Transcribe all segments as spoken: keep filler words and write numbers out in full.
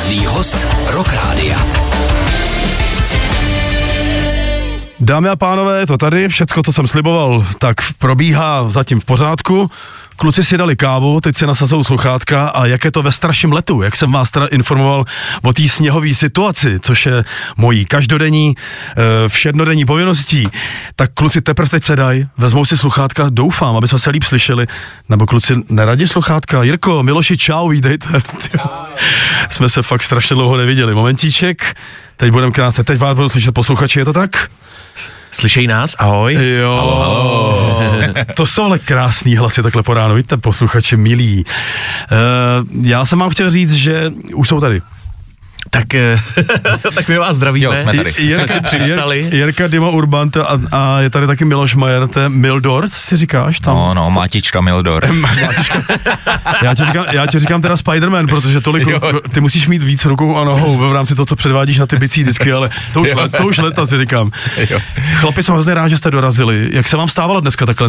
Pravidelný host Rock Rádia. Dámy a pánové, to tady, všecko, co jsem sliboval, tak probíhá zatím v pořádku. Kluci si dali kávu, teď si nasazou sluchátka a jak je to ve straším letu, jak jsem vás teda informoval o té sněhové situaci, což je mojí každodenní, e, všednodenní povinností, tak kluci teprve teď se dají, vezmou si sluchátka, doufám, aby jsme se líp slyšeli, nebo kluci neradi sluchátka. Jirko, Miloši, čau, vítejte. Jsme se fakt strašně dlouho neviděli. Momentíček, teď budeme krátce, teď vás budu slyšet posluchači, je to tak? Slyšejí nás? Ahoj. Jo, halo, halo. To jsou ale krásný hlasy takhle po ránu, víte, posluchači milí. Uh, já jsem vám chtěl říct, že už jsou tady. Tak, tak my vás zdravíme. Jo, jsme tady. Jirka, jsme si přivstali. Jirka Dima Urban a, a je tady taky Miloš Majer, to je Mildor, si říkáš tam? No, no, Mátička Mildor. Mátička. Já ti říkám, já ti říkám teda Spider-Man, protože tolik, ty musíš mít víc rukou a nohou v rámci toho, co předvádíš na ty bicí disky, ale to už, let, to už leta si říkám. Jo. Chlapi, jsem hrozně rád, že jste dorazili. Jak se vám stávalo dneska takhle?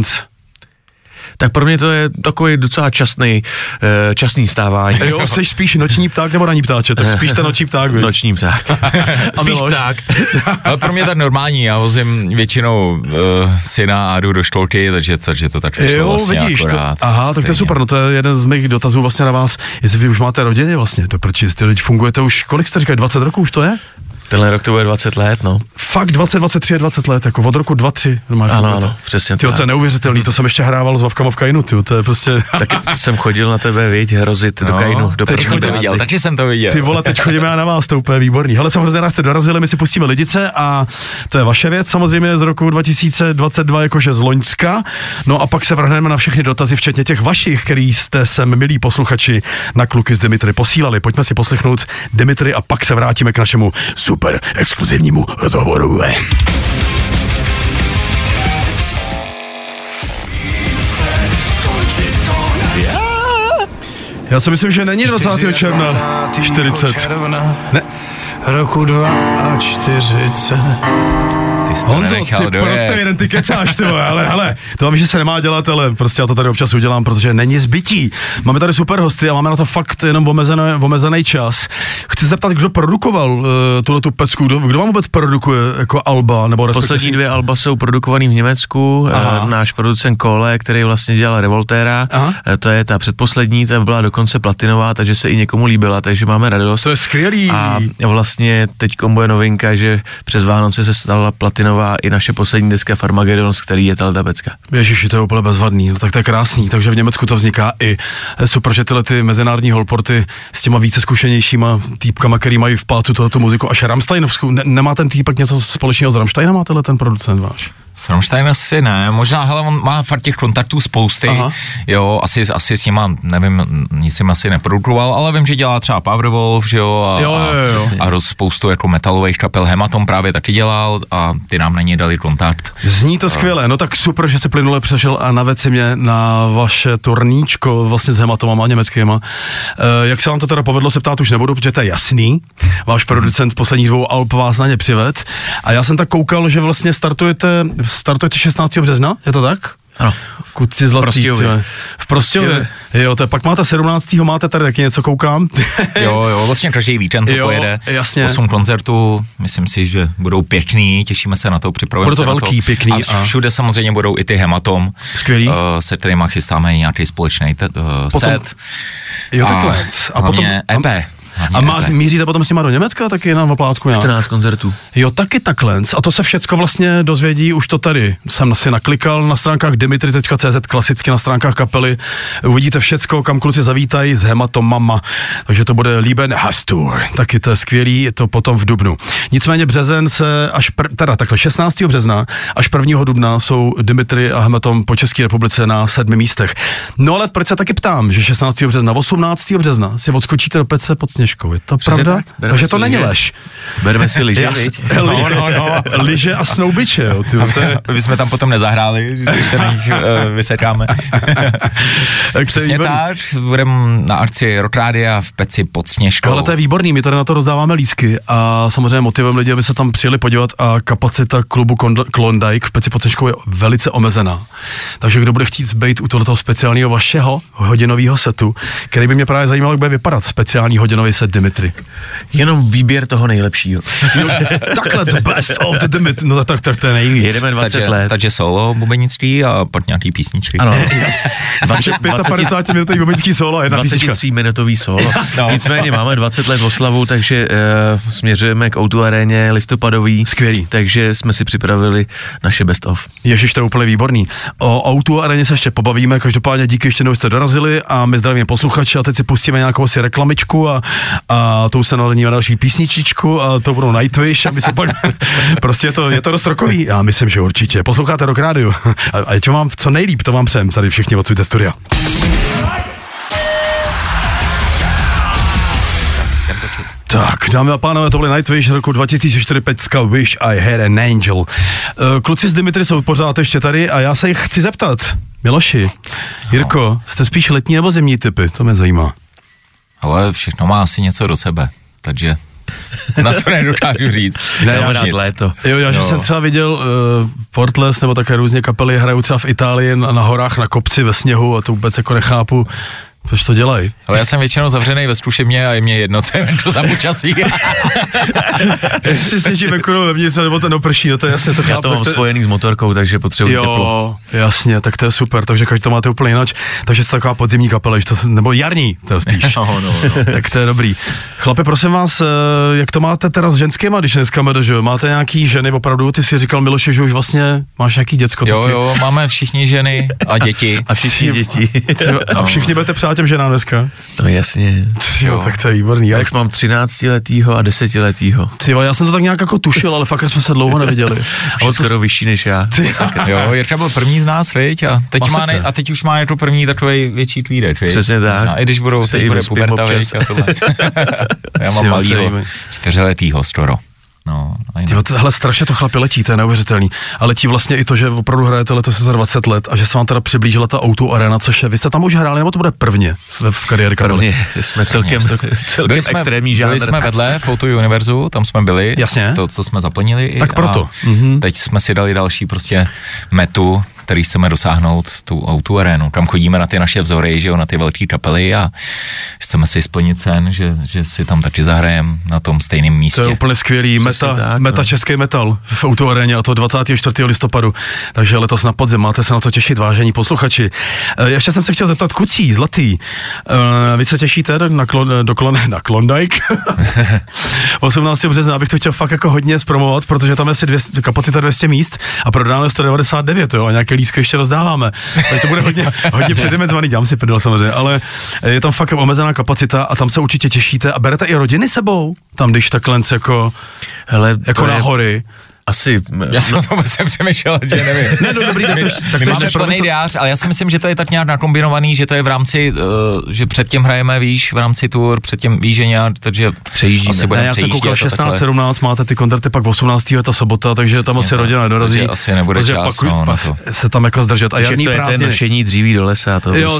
Tak pro mě to je takový docela časný, časný stávání. Jo, jsi spíš noční pták nebo ranní ptáče, tak spíš ten noční pták, víš? Noční pták. Spíš pták. Ale pro mě tak normální, já vozím většinou uh, syna a jdu do školky, takže, takže to tak vyšlo vlastně vidíš, akorát. To, aha, stejně. Tak to je super, no to je jeden z mých dotazů vlastně na vás, jestli vy už máte rodiny vlastně, to proč jste lidi fungujete už, kolik jste říkali, dvacet roků už to je? Tenhle rok to bude dvacet let, no. Fakt dvacet, dvacet tři, dvacet let, jako od roku dva tři. Ano, ano, přesně tyjo, tak. To je neuvěřitelný, to jsem ještě hrával s Vavkama v Kainu, tyjo, to je prostě... Tak jsem chodil na tebe, viď, hrozit no, do Kainu. Do teď jsem to viděl, taky jsem to viděl. Ty vole, teď chodíme na vás, to je úplně výborný. Hele, jsem hrozně rád, jste dorazili, my si pustíme Lidice a to je vaše věc, samozřejmě z roku dva tisíce dvacet dva, jakože z Loňska. No a pak se vrhneme na všechny dotazy, včetně těch vašich, který jste sem, milí posluchači, na kluky z Dimitry posílali. Pojďme si poslechnout Dimitry a pak se vrátíme k našemu super exkluzivnímu rozhovoru. Já si myslím, že není dvacátého června čtyřicet. Ne. Roku dva a čtyřicet. Honzo, ty protein, ty kecáš, ty vole, ale hele, to víš, že se nemá dělat, ale prostě já to tady občas udělám, protože není zbytí. Máme tady super hosty a máme na to fakt jenom omezený, omezený čas. Chci se zeptat, kdo produkoval uh, tuhle tu pecku, kdo, kdo vám vůbec produkuje jako alba, nebo respektive... Poslední dvě alba jsou produkovaný v Německu, uh, náš producent Kole, který vlastně dělal Revoltéra, uh, to je ta předposlední, ta byla dokonce platinová, takže se i někomu líbila, takže máme radost. To je skvělý. A vlastně teďkom bude novinka, že přes Vánoce se stala platinová i naše poslední deska Farmagedon, z který je ta pecka. Ježiši, to je úplně bezvadný, no tak to je krásný, takže v Německu to vzniká i super, že tyhle ty mezinárodní holporty s těma více zkušenějšíma týpkama, který mají v pátu tohleto muziku, až Rammsteinovskou, ne, nemá ten týpek něco společného s Rammsteinem, má tenhle ten producent váš? S Rammsteinem asi ne, možná, hele, on má fakt těch kontaktů spousty, aha. Jo, asi, asi s nima, nevím, nic jsem asi neprodukoval, ale vím, že dělá třeba Powerwolf, že jo, a, jo, jo, jo. a, a roz spoustu jako metalových kapel, Hematom právě taky dělal a ty nám na něj dali kontakt. Zní to skvěle, no tak super, že se plynule přešel a naved si mě na vaše turníčko vlastně s Hematomama německýma. E, jak se vám to teda povedlo, se ptát už nebudu, protože to je jasný, váš producent posledních dvou alb vás na ně přived a já jsem tak koukal, že vlastně startujete Startujete šestnáctého března, je to tak? Ano. Kuci zlatý. V Prostějově. Jo, to je, pak máte sedmnáctého máte tady taky něco, koukám. Jo, jo, vlastně každý víkend to jo, pojede. Jasně. osm koncertů, myslím si, že budou pěkný, těšíme se na to, připravujeme se to velký, na to. Pěkný. A všude a... samozřejmě budou i ty Hematom. Skvělý. Uh, se kterýma chystáme nějaký společný te, uh, potom, set. Jo, takhle. A, a potom E P. A má, míříte potom s nima do Německa taky na oplátku nějak? čtrnáct koncertů. Jo, taky takhle. A to se všecko vlastně dozvědí, už to tady jsem si naklikal na stránkách dimitri tečka cé zet, klasicky na stránkách kapely. Uvidíte všecko, kam kluci zavítají s Hematomama. Takže to bude Lieben Hastur. Taky to je skvělý, je to potom v dubnu. Nicméně březen se až, pr- teda takhle šestnáctého března až prvního dubna jsou Dimitri a Hematom po České republice na sedmi místech. No ale proč se taky ptám, že šestnáctého března, osmnáctého března si odskočíte do Pece pod Sněžkou. Je to pravda? Tak, takže to není lež. Bereme si lyže, viď? No, no, no. Lyže a snoubiče, jo. Ty, to je... My jsme tam potom nezahráli, když se na nich uh, vysekáme. Tak přesně tak, budeme na akci Rock Rádia v Peci pod Sněžkou. Ale to je výborný, my tady na to rozdáváme lístky a samozřejmě motivujeme lidi, aby se tam přijeli podívat a kapacita klubu Klondike v Peci pod Sněžkou je velice omezená. Takže kdo bude chtít být u tohoto speciálního vašeho hodinového setu, který by mě právě zajímalo, jak bude vypadat speciální hodinový set Dimitri? Jenom výběr toho nejlepšího. No, takhle the best of the Dimitri, no tak, tak to je nejvíc. Jedeme dvacet takže, let. Takže solo bubenictví a pak nějaký písničky. Ano. padesát pět minutový bubenický solo a jedna písnička. dvacet tři minutový solo. No. Nicméně máme dvacet let oslavu, takže uh, směřujeme k ó dva aréně listopadový. Skvělý. Takže jsme si připravili naše best of. Ježiš, to je úplně výborný. O ó dva aréně se ještě pobavíme, každopádně díky ještě jednou jste dorazili a my zdravíme posluchače a teď si pustíme nějakou si reklamičku a, a tou se naladíme další písničičku a to budou Nightwish, aby se pak... prostě je to, je to dost rokový. Já myslím, že určitě. Posloucháte Rock Radio a, a to mám co nejlíp, to vám přejem tady všichni odsud studia. Tak, dámy a pánové, to byly Nightwish roku dva tisíce čtyři, pecka Wish I Had an Angel. Kluci z Dimitri jsou pořád ještě tady a já se jich chci zeptat. Miloši, Jirko, jste spíš letní nebo zimní typy? To mě zajímá. Ale všechno má asi něco do sebe, takže na to nedokážu říct. Ne, já rád léto. Jo, já, že jsem třeba viděl uh, Portles nebo také různě kapely hrajou třeba v Itálii na, na horách, na kopci, ve sněhu a to vůbec jako nechápu. Proč to dělají? Ale já jsem většinou zavřenej ve zkušebně a je mě jedno, co je to za počasí. Jestli sněží venku vevnitř, nebo ten oprší, no to je jasně. To já chápu, to mám te... spojený s motorkou, takže potřebuji jo, teplo. Jasně, tak to je super, takže každý to máte úplně jinak. Takže to taková podzimní kapela, to, nebo jarní, to spíš. no, no, no. Tak to je dobrý. Chlapi, prosím vás, jak to máte teda s ženskýma, když dneska jde, že jo? Máte nějaký ženy opravdu? Ty si říkal, Miloši, že už vlastně máš nějaký děcko. Jo, taky. jo, máme všichni ženy a děti. A všichni děti. A všichni budete přát těm ženám dneska? No jasně. Jo, tak to je výborný. Já už mám třináctiletýho a desetiletýho. Tyjo, já jsem to tak nějak jako tušil, ale fakt jsme se dlouho neviděli. A on skoro vyšší než já. Jo, Jirka byl první z nás, viď? A teď, má ne, a teď už má jako první takový větší tvýrek, viď? Přesně tak. I když budou, teď bude puberta, viď? A tohle. Já mám malýho, čtyřletýho skoro. No, Tyjo, hele, strašně to chlapi letí, to je neuvěřitelný. A letí vlastně i to, že opravdu hrajete letos za dvacet let a že se vám teda přiblížila ta ó dva Arena, což je, vy jste tam už hráli, nebo to bude prvně v, v kariéře kapely? Prvně, jsme celkem, celkem jsme, extrémní žánr. Byli jsme vedle v ó dva Univerzu, tam jsme byli. Jasně. To, to jsme zaplnili. Tak proto. A mm-hmm. teď jsme si dali další prostě metu, který chceme dosáhnout, tu ó dva Arenu. Tam chodíme na ty naše vzory, že jo, na ty velké kapely a chceme si splnit sen, že, že si tam taky zahrajeme na tom stejném místě. To je úplně skvělý, meta, tak, meta no. Český metal v ó dva Areně a to dvacátého čtvrtého listopadu. Takže letos na podzim, máte se na to těšit, vážení posluchači. Ještě jsem se chtěl zeptat, kucí, zlatý, vy se těšíte na, klon, do klon, na Klondike? osmnáctého března, abych to chtěl fakt jako hodně zpromovat, protože tam je asi dvě stě, kapacita dvě stě míst a prodáno sto devadesát devět, jo, a nějaké lístky ještě rozdáváme. Takže to bude hodně, hodně předimenzovaný, dělám si prdel samozřejmě, ale je tam fakt omezená kapacita a tam se určitě těšíte a berete i rodiny sebou, tam když takhle jako, hele, jako na hory. Asi... Já jsem o tom vlastně přemýšlel, že nevím. Ne, no dobrý, tak to ještě... My máme plný diář, ale já si myslím, že to je tak nějak nakombinovaný, že to je v rámci, uh, že předtím hrajeme, víš, v rámci tour, předtím víš, že nějak, takže přejíždíme. Asi budeme přejíždět. Já jsem koukal šestnáct sedmnáct, máte ty koncerty, pak osmnáctého je ta sobota, takže tam asi rodina nedorazí. Takže asi nebude čas, pak, no, pak se tam jako zdržet. A jarní prázdniny. To je ten nošení dříví do lesa, to jo.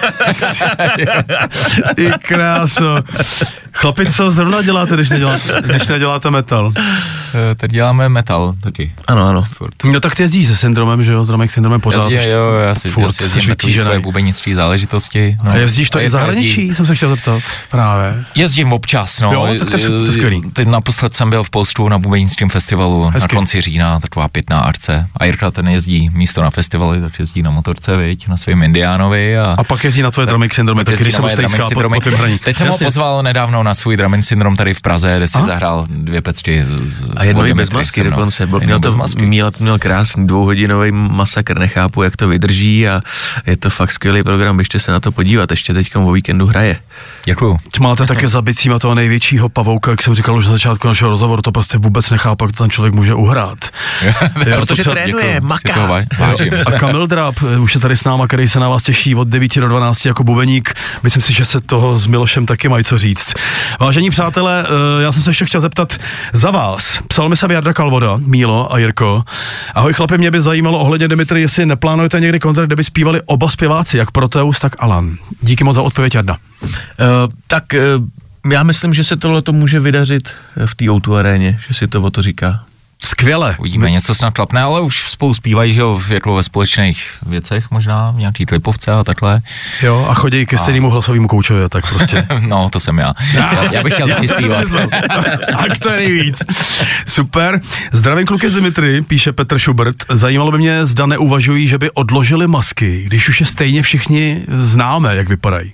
I kráso. Chlapi, co zrovna děláte, když neděláte, když neděláte metal? Teď děláme metal taky. Ano, ano. No tak ty jezdíš se syndromem, že jo, s Dramek syndromem pořád. Jezdí, jo, já si furt, jezdím takový své bubenické záležitosti. No. A jezdíš to i v zahraničí, jezdí. Jsem se chtěl zeptat. Právě. Jezdím občas, no. Jo, tak to je, to je skvělý. Teď naposled jsem byl v Polsku na bubenickém festivalu. Hezky. Na konci října, taková pěkná akce. A Jirka ten jezdí místo na festivaly, tak jezdí na motorce, viď, na svým Indiánovi. A, a pak jezdí na tvoje Dramek syndromy, tak když se mu stejská po tvým hraní. Teď jsem ho pozval nedávno na svůj Dramek syndrom tady v Praze, kde si zahrál dvě pecky. A jednou bez masky dokonce. Měl to, měl, měl krásný dvouhodinový masakr, nechápu, jak to vydrží a je to fakt skvělý program, běžte se na to podívat, ještě teďka o víkendu hraje. Děkuju. Máte také za bicíma toho největšího pavouka, jak jsem říkal už na začátku našeho rozhovoru, to prostě vůbec nechápu, jak to ten člověk může uhrát. Jo, protože to trénuje, maká. A Kamil Dráp už je tady s náma, který se na vás těší od devíti do dvanácti jako bubeník. Myslím si, že se toho s Milošem taky mají co říct. Vážení přátelé, já jsem se ještě chtěl zeptat za vás. Psal mi se Jarda Kalvoda, Mílo a Jirko. Ahoj chlapi, mě by zajímalo ohledně Dimitri, jestli neplánujete někdy koncert, kde by zpívali oba zpěváci, jak Proteus, tak Alan. Díky moc za odpověď, Jarda. Uh, tak uh, já myslím, že se tohle to může vydařit v té ó dva aréně, že si to o to říká. Skvěle. Uvidíme, něco snad klapne, ale už spolu zpívají, že jo, jako ve společných věcech možná, nějaký klipovce a takhle. Jo, a chodí ke stejnému hlasovému koučovi, tak prostě. No, to jsem já. Já, já bych chtěl taky zpívat. A to je nejvíc. Super. Zdravím kluky z Dimitry, píše Petr Schubert. Zajímalo by mě, zda neuvažují, že by odložili masky, když už je stejně všichni známe, jak vypadají.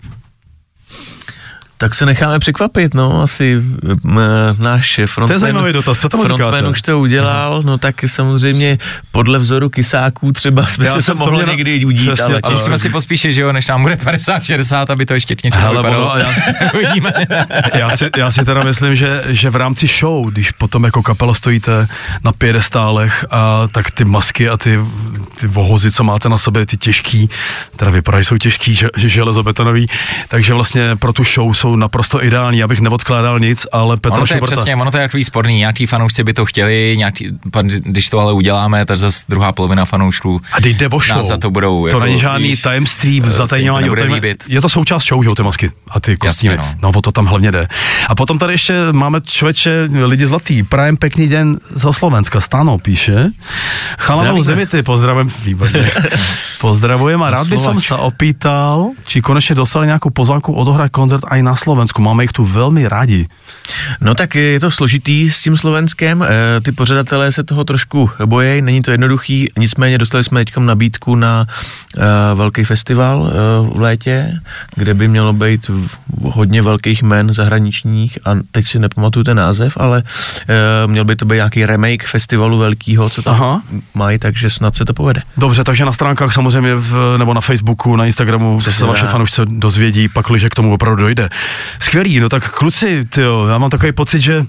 Tak se necháme překvapit, no, asi m, náš frontman, to je zajímavý dotaz, co tomu frontman už to udělal, no tak samozřejmě podle vzoru Kysáků třeba jsme se mohli na... někdy udít, přesně, ale... A musíme si pospíšit, že jo, než nám bude padesát šedesát, aby to ještě k něčemu vypadalo. Já, já, si, já si teda myslím, že, že v rámci show, když potom jako kapela stojíte na piedestálech a tak ty masky a ty, ty vohozy, co máte na sobě, ty těžký, teda vypadají, jsou těžký, že, železobetonový, takže vlastně pro tu show jsou naprosto ideální, abych neodkládal nic, ale Petr ono to je Šuberta... přesně, ono to je takový sporný, nějaký fanoušci by to chtěli, nějaký, když to ale uděláme, tak zase druhá polovina fanoušků a teď jde o show. Nás za to budou. To jako, není žádný víš, tajemství, zatajňování. Je to součást show, že ty masky a ty kostýmy. No. no, o to tam hlavně jde. A potom tady ještě máme člověče, lidi zlatý, prajem pekný den zo Slovenska, Stano píše. Chalanou z Divity, pozdravím, výborně. Pozdravujem a rád by som sa opýtal, či konečně dostali nějakou pozvánku odohrát koncert aj na Slovensku. Máme jich tu velmi rádi. No tak je to složitý s tím Slovenskem, e, ty pořadatelé se toho trošku bojejí, není to jednoduchý, nicméně dostali jsme teďkom nabídku na e, velký festival e, v létě, kde by mělo být hodně velkých jmen zahraničních a teď si nepamatuju ten název, ale e, měl by to být nějaký remake festivalu velkýho, co tam Aha. mají, takže snad se to povede. Dobře, takže na stránkách samozřejmě v, nebo na Facebooku, na Instagramu se vaše fanoušci dozvědí, pakliže k tomu opravdu dojde. Skvělý, no tak kluci, tyjo, já mám takový pocit, že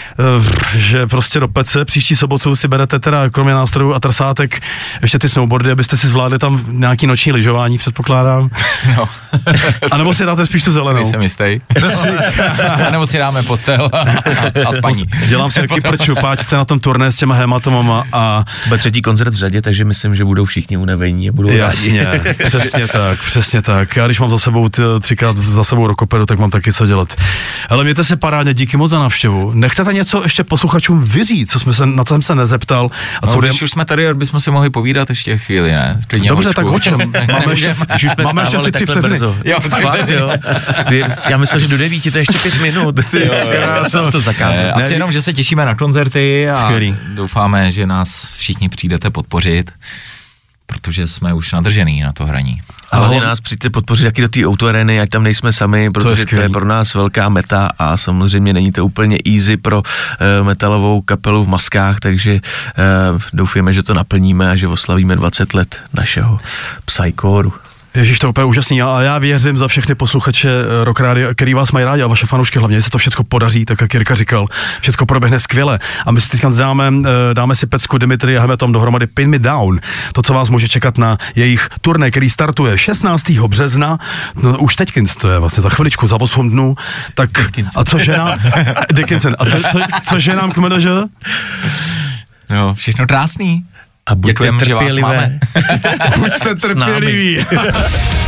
že prostě do pece příští sobotu si berete teda kromě nástrojů a trsátek ještě ty snowboardy, abyste si zvládli tam nějaký noční lyžování, předpokládám. No. A nebo si dáte spíš tu zelenou. Nejsem jistý. A nebo si dáme postel a, a spaní. Dělám si taky prču, páč se na tom turné s těma hematomama a... To bude třetí koncert v řadě, takže myslím, že budou všichni unavení a budou Jasně, rádi. Přesně tak, přesně tak. Já když mám za sebou ty, třikrát za sebou rokoperu, tak mám taky co dělat. Ale mějte se parádně, díky moc za návštěvu. Nechcete něco ještě posluchačům vyřít, co jsme se, na co jsem se nezeptal. A no, co když už jsme tady, bychom si mohli povídat ještě chvíli, ne? Klidně Dobře, hočku. Tak o čem? Máme ještě, máme ještě asi tři vteřiny. Jo, jo. Já myslel, že do devíti, to je ještě pět minut. Jsem to zakázal. Asi jenom, že se těšíme na koncerty a Skvělý. Doufáme, že nás všichni přijdete podpořit, protože jsme už nadržený na to hraní. Ale hlavně nás přijďte podpořit taky do té autoareny, ať tam nejsme sami, protože to je, to je pro nás velká meta a samozřejmě není to úplně easy pro uh, metalovou kapelu v maskách, takže uh, doufujeme, že to naplníme a že oslavíme dvacet let našeho Psychoru. Ježíš, to je úplně úžasný a já věřím za všechny posluchače Rock Rádia, který vás mají rádi a vaše fanoušky hlavně, se to všechno podaří, tak jak Jirka říkal, všechno proběhne skvěle a my si teďka dáme, dáme si pecku Dimitry a Hemetom dohromady Pin Me Down, to, co vás může čekat na jejich turné, který startuje šestnáctého března, no, už teďkins, to je vlastně za chviličku, za osm dnů, tak a cože nám, Dickinson, a co, co, cože nám k manažer? No, všechno krásný. A buďte trpělivé. Buďte trpěliví.